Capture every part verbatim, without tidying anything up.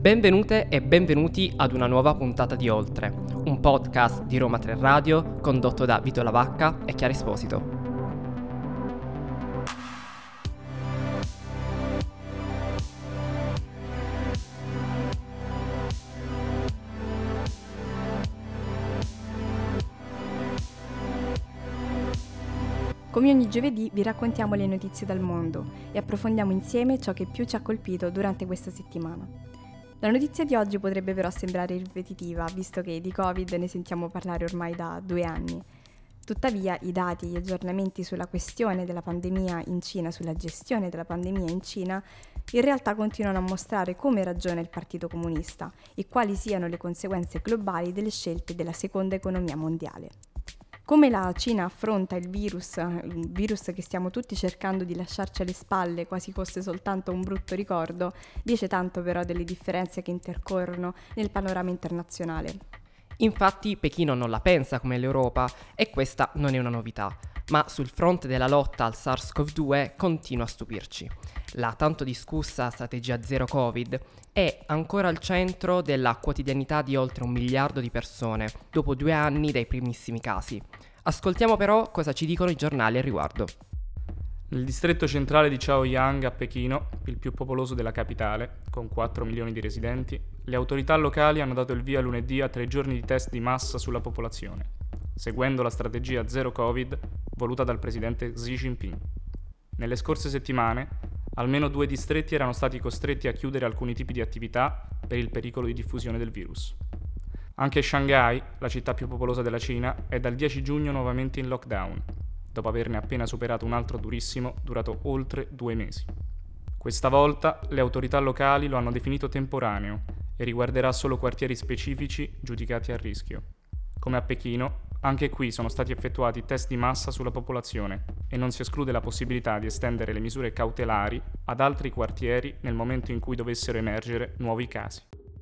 Benvenute e benvenuti ad una nuova puntata di Oltre, un podcast di Roma tre Radio condotto da Vito Lavacca e Chiara Esposito. Come ogni giovedì vi raccontiamo le notizie dal mondo e approfondiamo insieme ciò che più ci ha colpito durante questa settimana. La notizia di oggi potrebbe però sembrare ripetitiva, visto che di Covid ne sentiamo parlare ormai da due anni. Tuttavia i dati e gli aggiornamenti sulla questione della pandemia in Cina, sulla gestione della pandemia in Cina, in realtà continuano a mostrare come ragiona il Partito Comunista e quali siano le conseguenze globali delle scelte della seconda economia mondiale. Come la Cina affronta il virus, un virus che stiamo tutti cercando di lasciarci alle spalle quasi fosse soltanto un brutto ricordo, dice tanto però delle differenze che intercorrono nel panorama internazionale. Infatti Pechino non la pensa come l'Europa e questa non è una novità, ma sul fronte della lotta al SARS-CoV due continua a stupirci. La tanto discussa strategia zero Covid è ancora al centro della quotidianità di oltre un miliardo di persone, dopo due anni dai primissimi casi. Ascoltiamo però cosa ci dicono i giornali al riguardo. Nel distretto centrale di Chaoyang a Pechino, il più popoloso della capitale, con quattro milioni di residenti, le autorità locali hanno dato il via lunedì a tre giorni di test di massa sulla popolazione, seguendo la strategia zero Covid voluta dal presidente Xi Jinping. Nelle scorse settimane, almeno due distretti erano stati costretti a chiudere alcuni tipi di attività per il pericolo di diffusione del virus. Anche Shanghai, la città più popolosa della Cina, è dal dieci giugno nuovamente in lockdown, dopo averne appena superato un altro durissimo durato oltre due mesi. Questa volta le autorità locali lo hanno definito temporaneo e riguarderà solo quartieri specifici giudicati a rischio. Come a Pechino, anche qui sono stati effettuati test di massa sulla popolazione e non si esclude la possibilità di estendere le misure cautelari ad altri quartieri nel momento in cui dovessero emergere nuovi casi.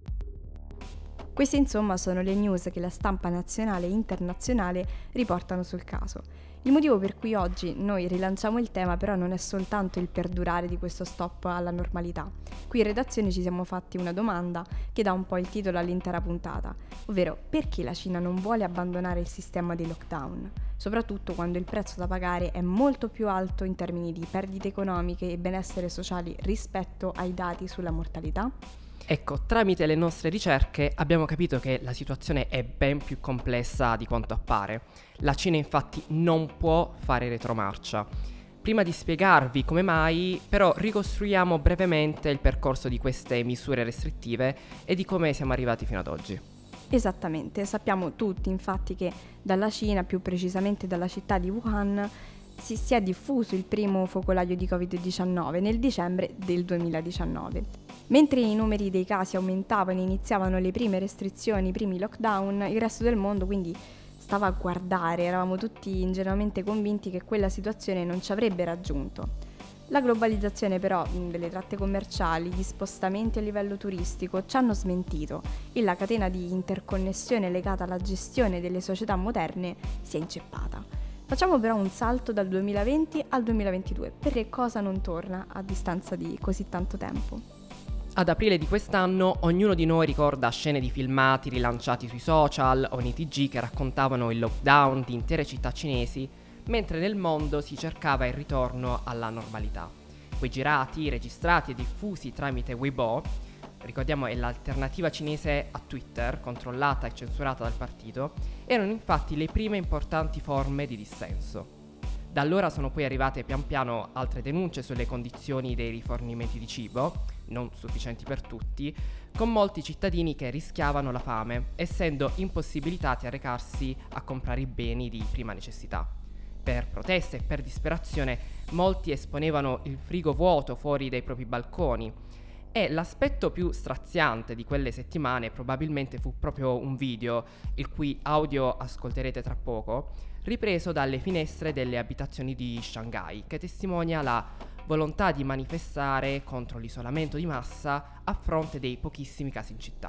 Queste insomma sono le news che la stampa nazionale e internazionale riportano sul caso. Il motivo per cui oggi noi rilanciamo il tema però non è soltanto il perdurare di questo stop alla normalità. Qui in redazione ci siamo fatti una domanda che dà un po' il titolo all'intera puntata, ovvero perché la Cina non vuole abbandonare il sistema di lockdown, soprattutto quando il prezzo da pagare è molto più alto in termini di perdite economiche e benessere sociali rispetto ai dati sulla mortalità? Ecco, tramite le nostre ricerche abbiamo capito che la situazione è ben più complessa di quanto appare. La Cina infatti non può fare retromarcia. Prima di spiegarvi come mai, però ricostruiamo brevemente il percorso di queste misure restrittive e di come siamo arrivati fino ad oggi. Esattamente, sappiamo tutti infatti che dalla Cina, più precisamente dalla città di Wuhan, si sia diffuso il primo focolaio di covid diciannove nel dicembre del duemiladiciannove. Mentre i numeri dei casi aumentavano e iniziavano le prime restrizioni, i primi lockdown, il resto del mondo quindi stava a guardare, eravamo tutti ingenuamente convinti che quella situazione non ci avrebbe raggiunto. La globalizzazione però delle tratte commerciali, gli spostamenti a livello turistico ci hanno smentito e la catena di interconnessione legata alla gestione delle società moderne si è inceppata. Facciamo però un salto dal duemilaventi al duemilaventidue, perché cosa non torna a distanza di così tanto tempo? Ad aprile di quest'anno ognuno di noi ricorda scene di filmati rilanciati sui social o nei T G che raccontavano il lockdown di intere città cinesi, mentre nel mondo si cercava il ritorno alla normalità. Quei girati, registrati e diffusi tramite Weibo, ricordiamo è l'alternativa cinese a Twitter, controllata e censurata dal partito, erano infatti le prime importanti forme di dissenso. Da allora sono poi arrivate pian piano altre denunce sulle condizioni dei rifornimenti di cibo, non sufficienti per tutti, con molti cittadini che rischiavano la fame, essendo impossibilitati a recarsi a comprare i beni di prima necessità. Per proteste e per disperazione molti esponevano il frigo vuoto fuori dai propri balconi e l'aspetto più straziante di quelle settimane probabilmente fu proprio un video, il cui audio ascolterete tra poco, ripreso dalle finestre delle abitazioni di Shanghai, che testimonia la volontà di manifestare contro l'isolamento di massa a fronte dei pochissimi casi in città.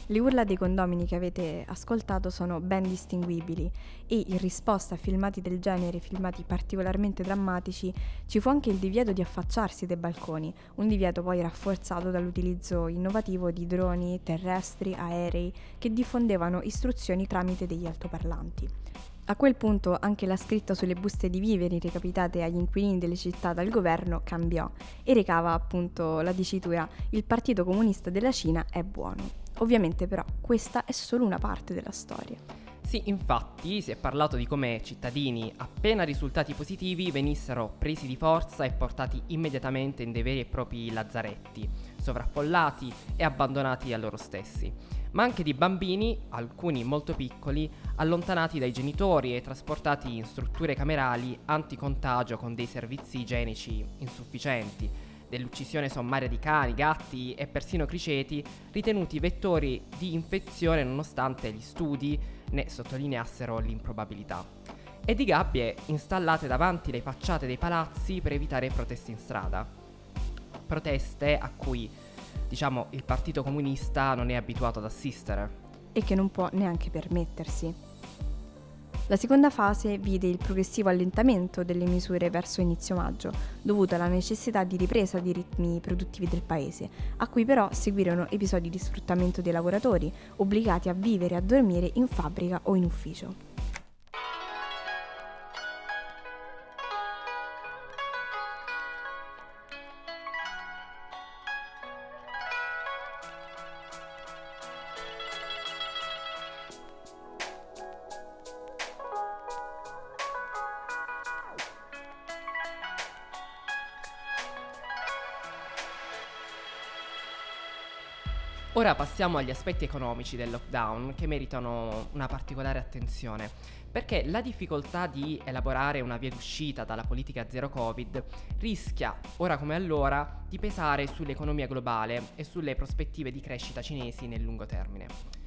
Le urla dei condomini che avete ascoltato sono ben distinguibili e in risposta a filmati del genere, filmati particolarmente drammatici, ci fu anche il divieto di affacciarsi dai balconi, un divieto poi rafforzato dall'utilizzo innovativo di droni terrestri, aerei, che diffondevano istruzioni tramite degli altoparlanti. A quel punto anche la scritta sulle buste di viveri recapitate agli inquilini delle città dal governo cambiò e recava appunto la dicitura «Il Partito Comunista della Cina è buono». Ovviamente però questa è solo una parte della storia. Sì, infatti si è parlato di come cittadini, appena risultati positivi, venissero presi di forza e portati immediatamente in dei veri e propri lazzaretti, sovraffollati e abbandonati a loro stessi, ma anche di bambini, alcuni molto piccoli, allontanati dai genitori e trasportati in strutture camerali anticontagio con dei servizi igienici insufficienti, dell'uccisione sommaria di cani, gatti e persino criceti, ritenuti vettori di infezione nonostante gli studi ne sottolineassero l'improbabilità, e di gabbie installate davanti le facciate dei palazzi per evitare proteste in strada. Proteste a cui, diciamo, il Partito Comunista non è abituato ad assistere. E che non può neanche permettersi. La seconda fase vide il progressivo allentamento delle misure verso inizio maggio, dovuto alla necessità di ripresa dei ritmi produttivi del paese, a cui però seguirono episodi di sfruttamento dei lavoratori, obbligati a vivere e a dormire in fabbrica o in ufficio. Ora passiamo agli aspetti economici del lockdown che meritano una particolare attenzione, perché la difficoltà di elaborare una via d'uscita dalla politica zero Covid rischia, ora come allora, di pesare sull'economia globale e sulle prospettive di crescita cinesi nel lungo termine.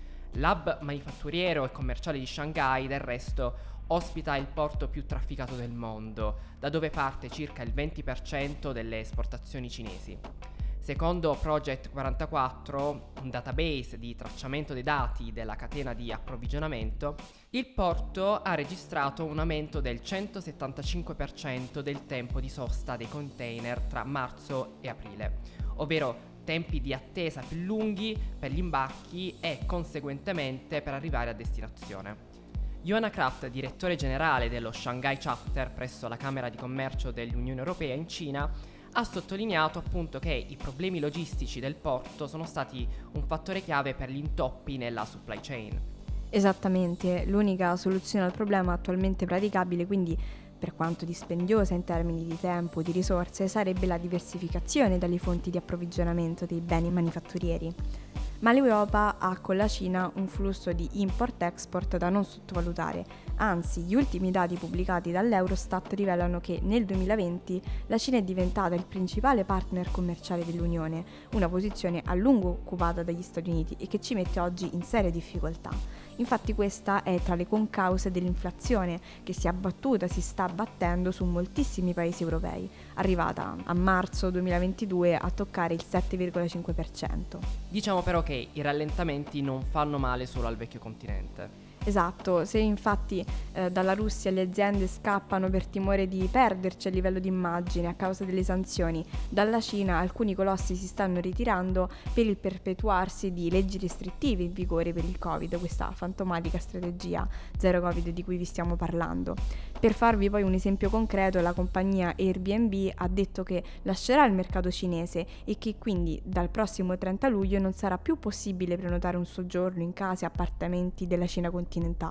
L'hub manifatturiero e commerciale di Shanghai, del resto, ospita il porto più trafficato del mondo, da dove parte circa il venti per cento delle esportazioni cinesi. Secondo Project quarantaquattro, un database di tracciamento dei dati della catena di approvvigionamento, il porto ha registrato un aumento del centosettantacinque per cento del tempo di sosta dei container tra marzo e aprile, ovvero tempi di attesa più lunghi per gli imbarchi e conseguentemente per arrivare a destinazione. Johanna Kraft, direttore generale dello Shanghai Chapter presso la Camera di Commercio dell'Unione Europea in Cina, ha sottolineato appunto che i problemi logistici del porto sono stati un fattore chiave per gli intoppi nella supply chain. Esattamente, l'unica soluzione al problema attualmente praticabile, quindi per quanto dispendiosa in termini di tempo e di risorse, sarebbe la diversificazione dalle fonti di approvvigionamento dei beni manifatturieri. Ma l'Europa ha con la Cina un flusso di import-export da non sottovalutare. Anzi, gli ultimi dati pubblicati dall'Eurostat rivelano che nel duemilaventi la Cina è diventata il principale partner commerciale dell'Unione, una posizione a lungo occupata dagli Stati Uniti e che ci mette oggi in seria difficoltà. Infatti questa è tra le concause dell'inflazione che si è abbattuta, si sta abbattendo su moltissimi paesi europei, arrivata a marzo duemilaventidue a toccare il sette virgola cinque per cento. Diciamo però che i rallentamenti non fanno male solo al vecchio continente. Esatto, se infatti eh, dalla Russia le aziende scappano per timore di perderci a livello di immagine a causa delle sanzioni, dalla Cina alcuni colossi si stanno ritirando per il perpetuarsi di leggi restrittive in vigore per il Covid, questa fantomatica strategia zero Covid di cui vi stiamo parlando. Per farvi poi un esempio concreto, la compagnia Airbnb ha detto che lascerà il mercato cinese e che quindi dal prossimo trenta luglio non sarà più possibile prenotare un soggiorno in case e appartamenti della Cina continentale.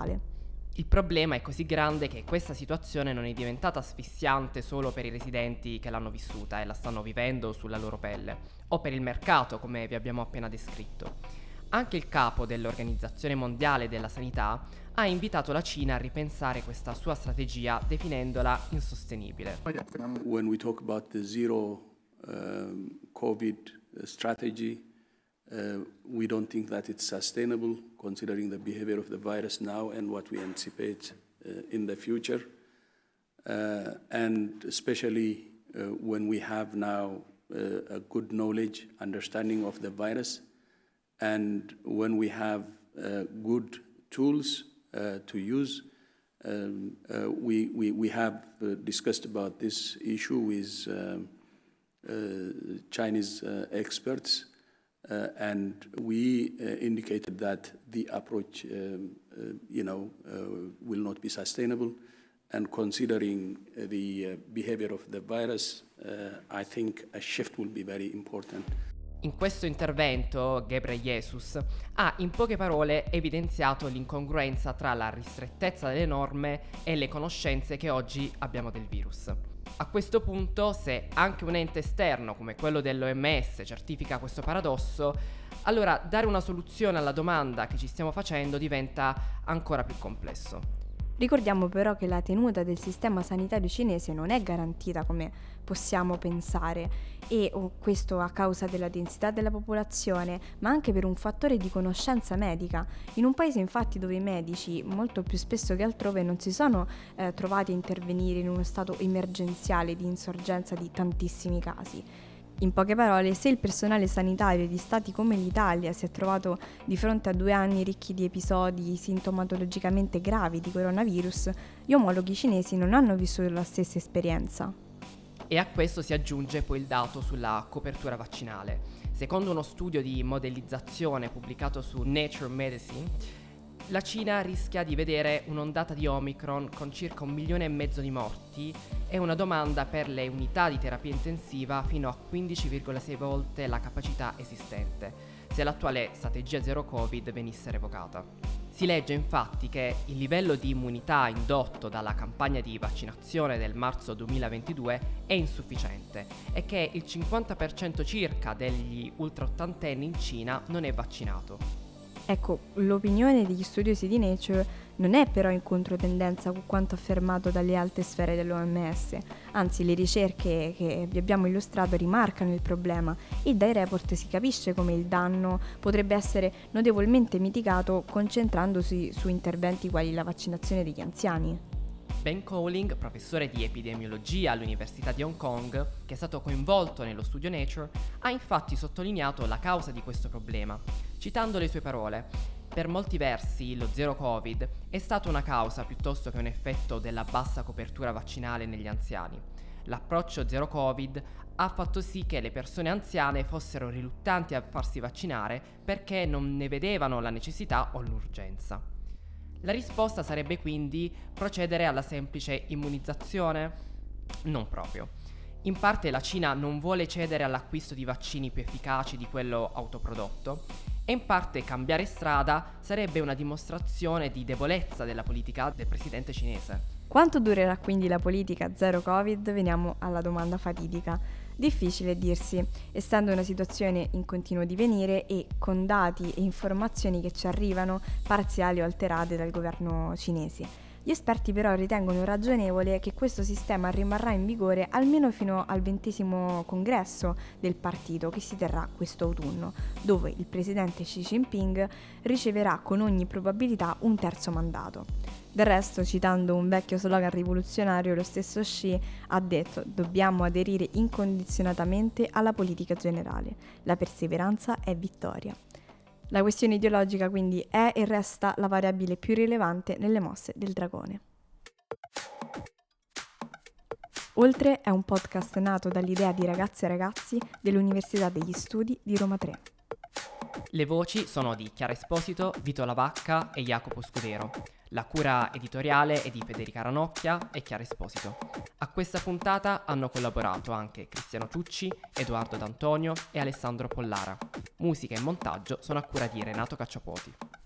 Il problema è così grande che questa situazione non è diventata asfissiante solo per i residenti che l'hanno vissuta e la stanno vivendo sulla loro pelle, o per il mercato, come vi abbiamo appena descritto. Anche il capo dell'Organizzazione Mondiale della Sanità ha invitato la Cina a ripensare questa sua strategia definendola insostenibile. When we talk about the zero um, COVID strategy, Uh, we don't think that it's sustainable considering the behavior of the virus now and what we anticipate uh, in the future. Uh, and especially uh, when we have now uh, a good knowledge, understanding of the virus And when we have uh, good tools uh, to use, um, uh, we, we, we have uh, discussed about this issue with um, uh, Chinese uh, experts, uh, and we uh, indicated that the approach, um, uh, you know, uh, will not be sustainable. And considering uh, the uh, behavior of the virus, uh, I think a shift will be very important. In questo intervento Ghebreyesus ha in poche parole evidenziato l'incongruenza tra la ristrettezza delle norme e le conoscenze che oggi abbiamo del virus. A questo punto, se anche un ente esterno come quello dell'O M S certifica questo paradosso, allora dare una soluzione alla domanda che ci stiamo facendo diventa ancora più complesso. Ricordiamo però che la tenuta del sistema sanitario cinese non è garantita come possiamo pensare, e oh, questo a causa della densità della popolazione, ma anche per un fattore di conoscenza medica. In un paese infatti dove i medici, molto più spesso che altrove, non si sono eh, trovati a intervenire in uno stato emergenziale di insorgenza di tantissimi casi. In poche parole, se il personale sanitario di stati come l'Italia si è trovato di fronte a due anni ricchi di episodi sintomatologicamente gravi di coronavirus, gli omologhi cinesi non hanno vissuto la stessa esperienza. E a questo si aggiunge poi il dato sulla copertura vaccinale. Secondo uno studio di modellizzazione pubblicato su Nature Medicine, la Cina rischia di vedere un'ondata di Omicron con circa un milione e mezzo di morti e una domanda per le unità di terapia intensiva fino a quindici virgola sei volte la capacità esistente, se l'attuale strategia zero Covid venisse revocata. Si legge infatti che il livello di immunità indotto dalla campagna di vaccinazione del marzo duemilaventidue è insufficiente e che il cinquanta per cento circa degli ultraottantenni in Cina non è vaccinato. Ecco, l'opinione degli studiosi di Nature non è però in controtendenza con quanto affermato dalle alte sfere dell'O M S, anzi le ricerche che vi abbiamo illustrato rimarcano il problema e dai report si capisce come il danno potrebbe essere notevolmente mitigato concentrandosi su interventi quali la vaccinazione degli anziani. Ben Cowling, professore di epidemiologia all'Università di Hong Kong, che è stato coinvolto nello studio Nature, ha infatti sottolineato la causa di questo problema, citando le sue parole: per molti versi lo zero Covid è stata una causa piuttosto che un effetto della bassa copertura vaccinale negli anziani. L'approccio zero Covid ha fatto sì che le persone anziane fossero riluttanti a farsi vaccinare perché non ne vedevano la necessità o l'urgenza. La risposta sarebbe quindi procedere alla semplice immunizzazione? Non proprio. In parte la Cina non vuole cedere all'acquisto di vaccini più efficaci di quello autoprodotto e in parte cambiare strada sarebbe una dimostrazione di debolezza della politica del presidente cinese. Quanto durerà quindi la politica zero Covid? Veniamo alla domanda fatidica. Difficile dirsi, essendo una situazione in continuo divenire e con dati e informazioni che ci arrivano parziali o alterate dal governo cinese. Gli esperti però ritengono ragionevole che questo sistema rimarrà in vigore almeno fino al ventesimo congresso del partito che si terrà questo autunno, dove il presidente Xi Jinping riceverà con ogni probabilità un terzo mandato. Del resto, citando un vecchio slogan rivoluzionario, lo stesso Xi ha detto: dobbiamo aderire incondizionatamente alla politica generale. La perseveranza è vittoria. La questione ideologica quindi è e resta la variabile più rilevante nelle mosse del dragone. Oltre è un podcast nato dall'idea di ragazze e ragazzi dell'Università degli Studi di Roma tre. Le voci sono di Chiara Esposito, Vito Lavacca e Jacopo Scudero. La cura editoriale è di Federica Ranocchia e Chiara Esposito. A questa puntata hanno collaborato anche Cristiano Ciucci, Edoardo D'Antonio e Alessandro Pollara. Musica e montaggio sono a cura di Renato Cacciapuoti.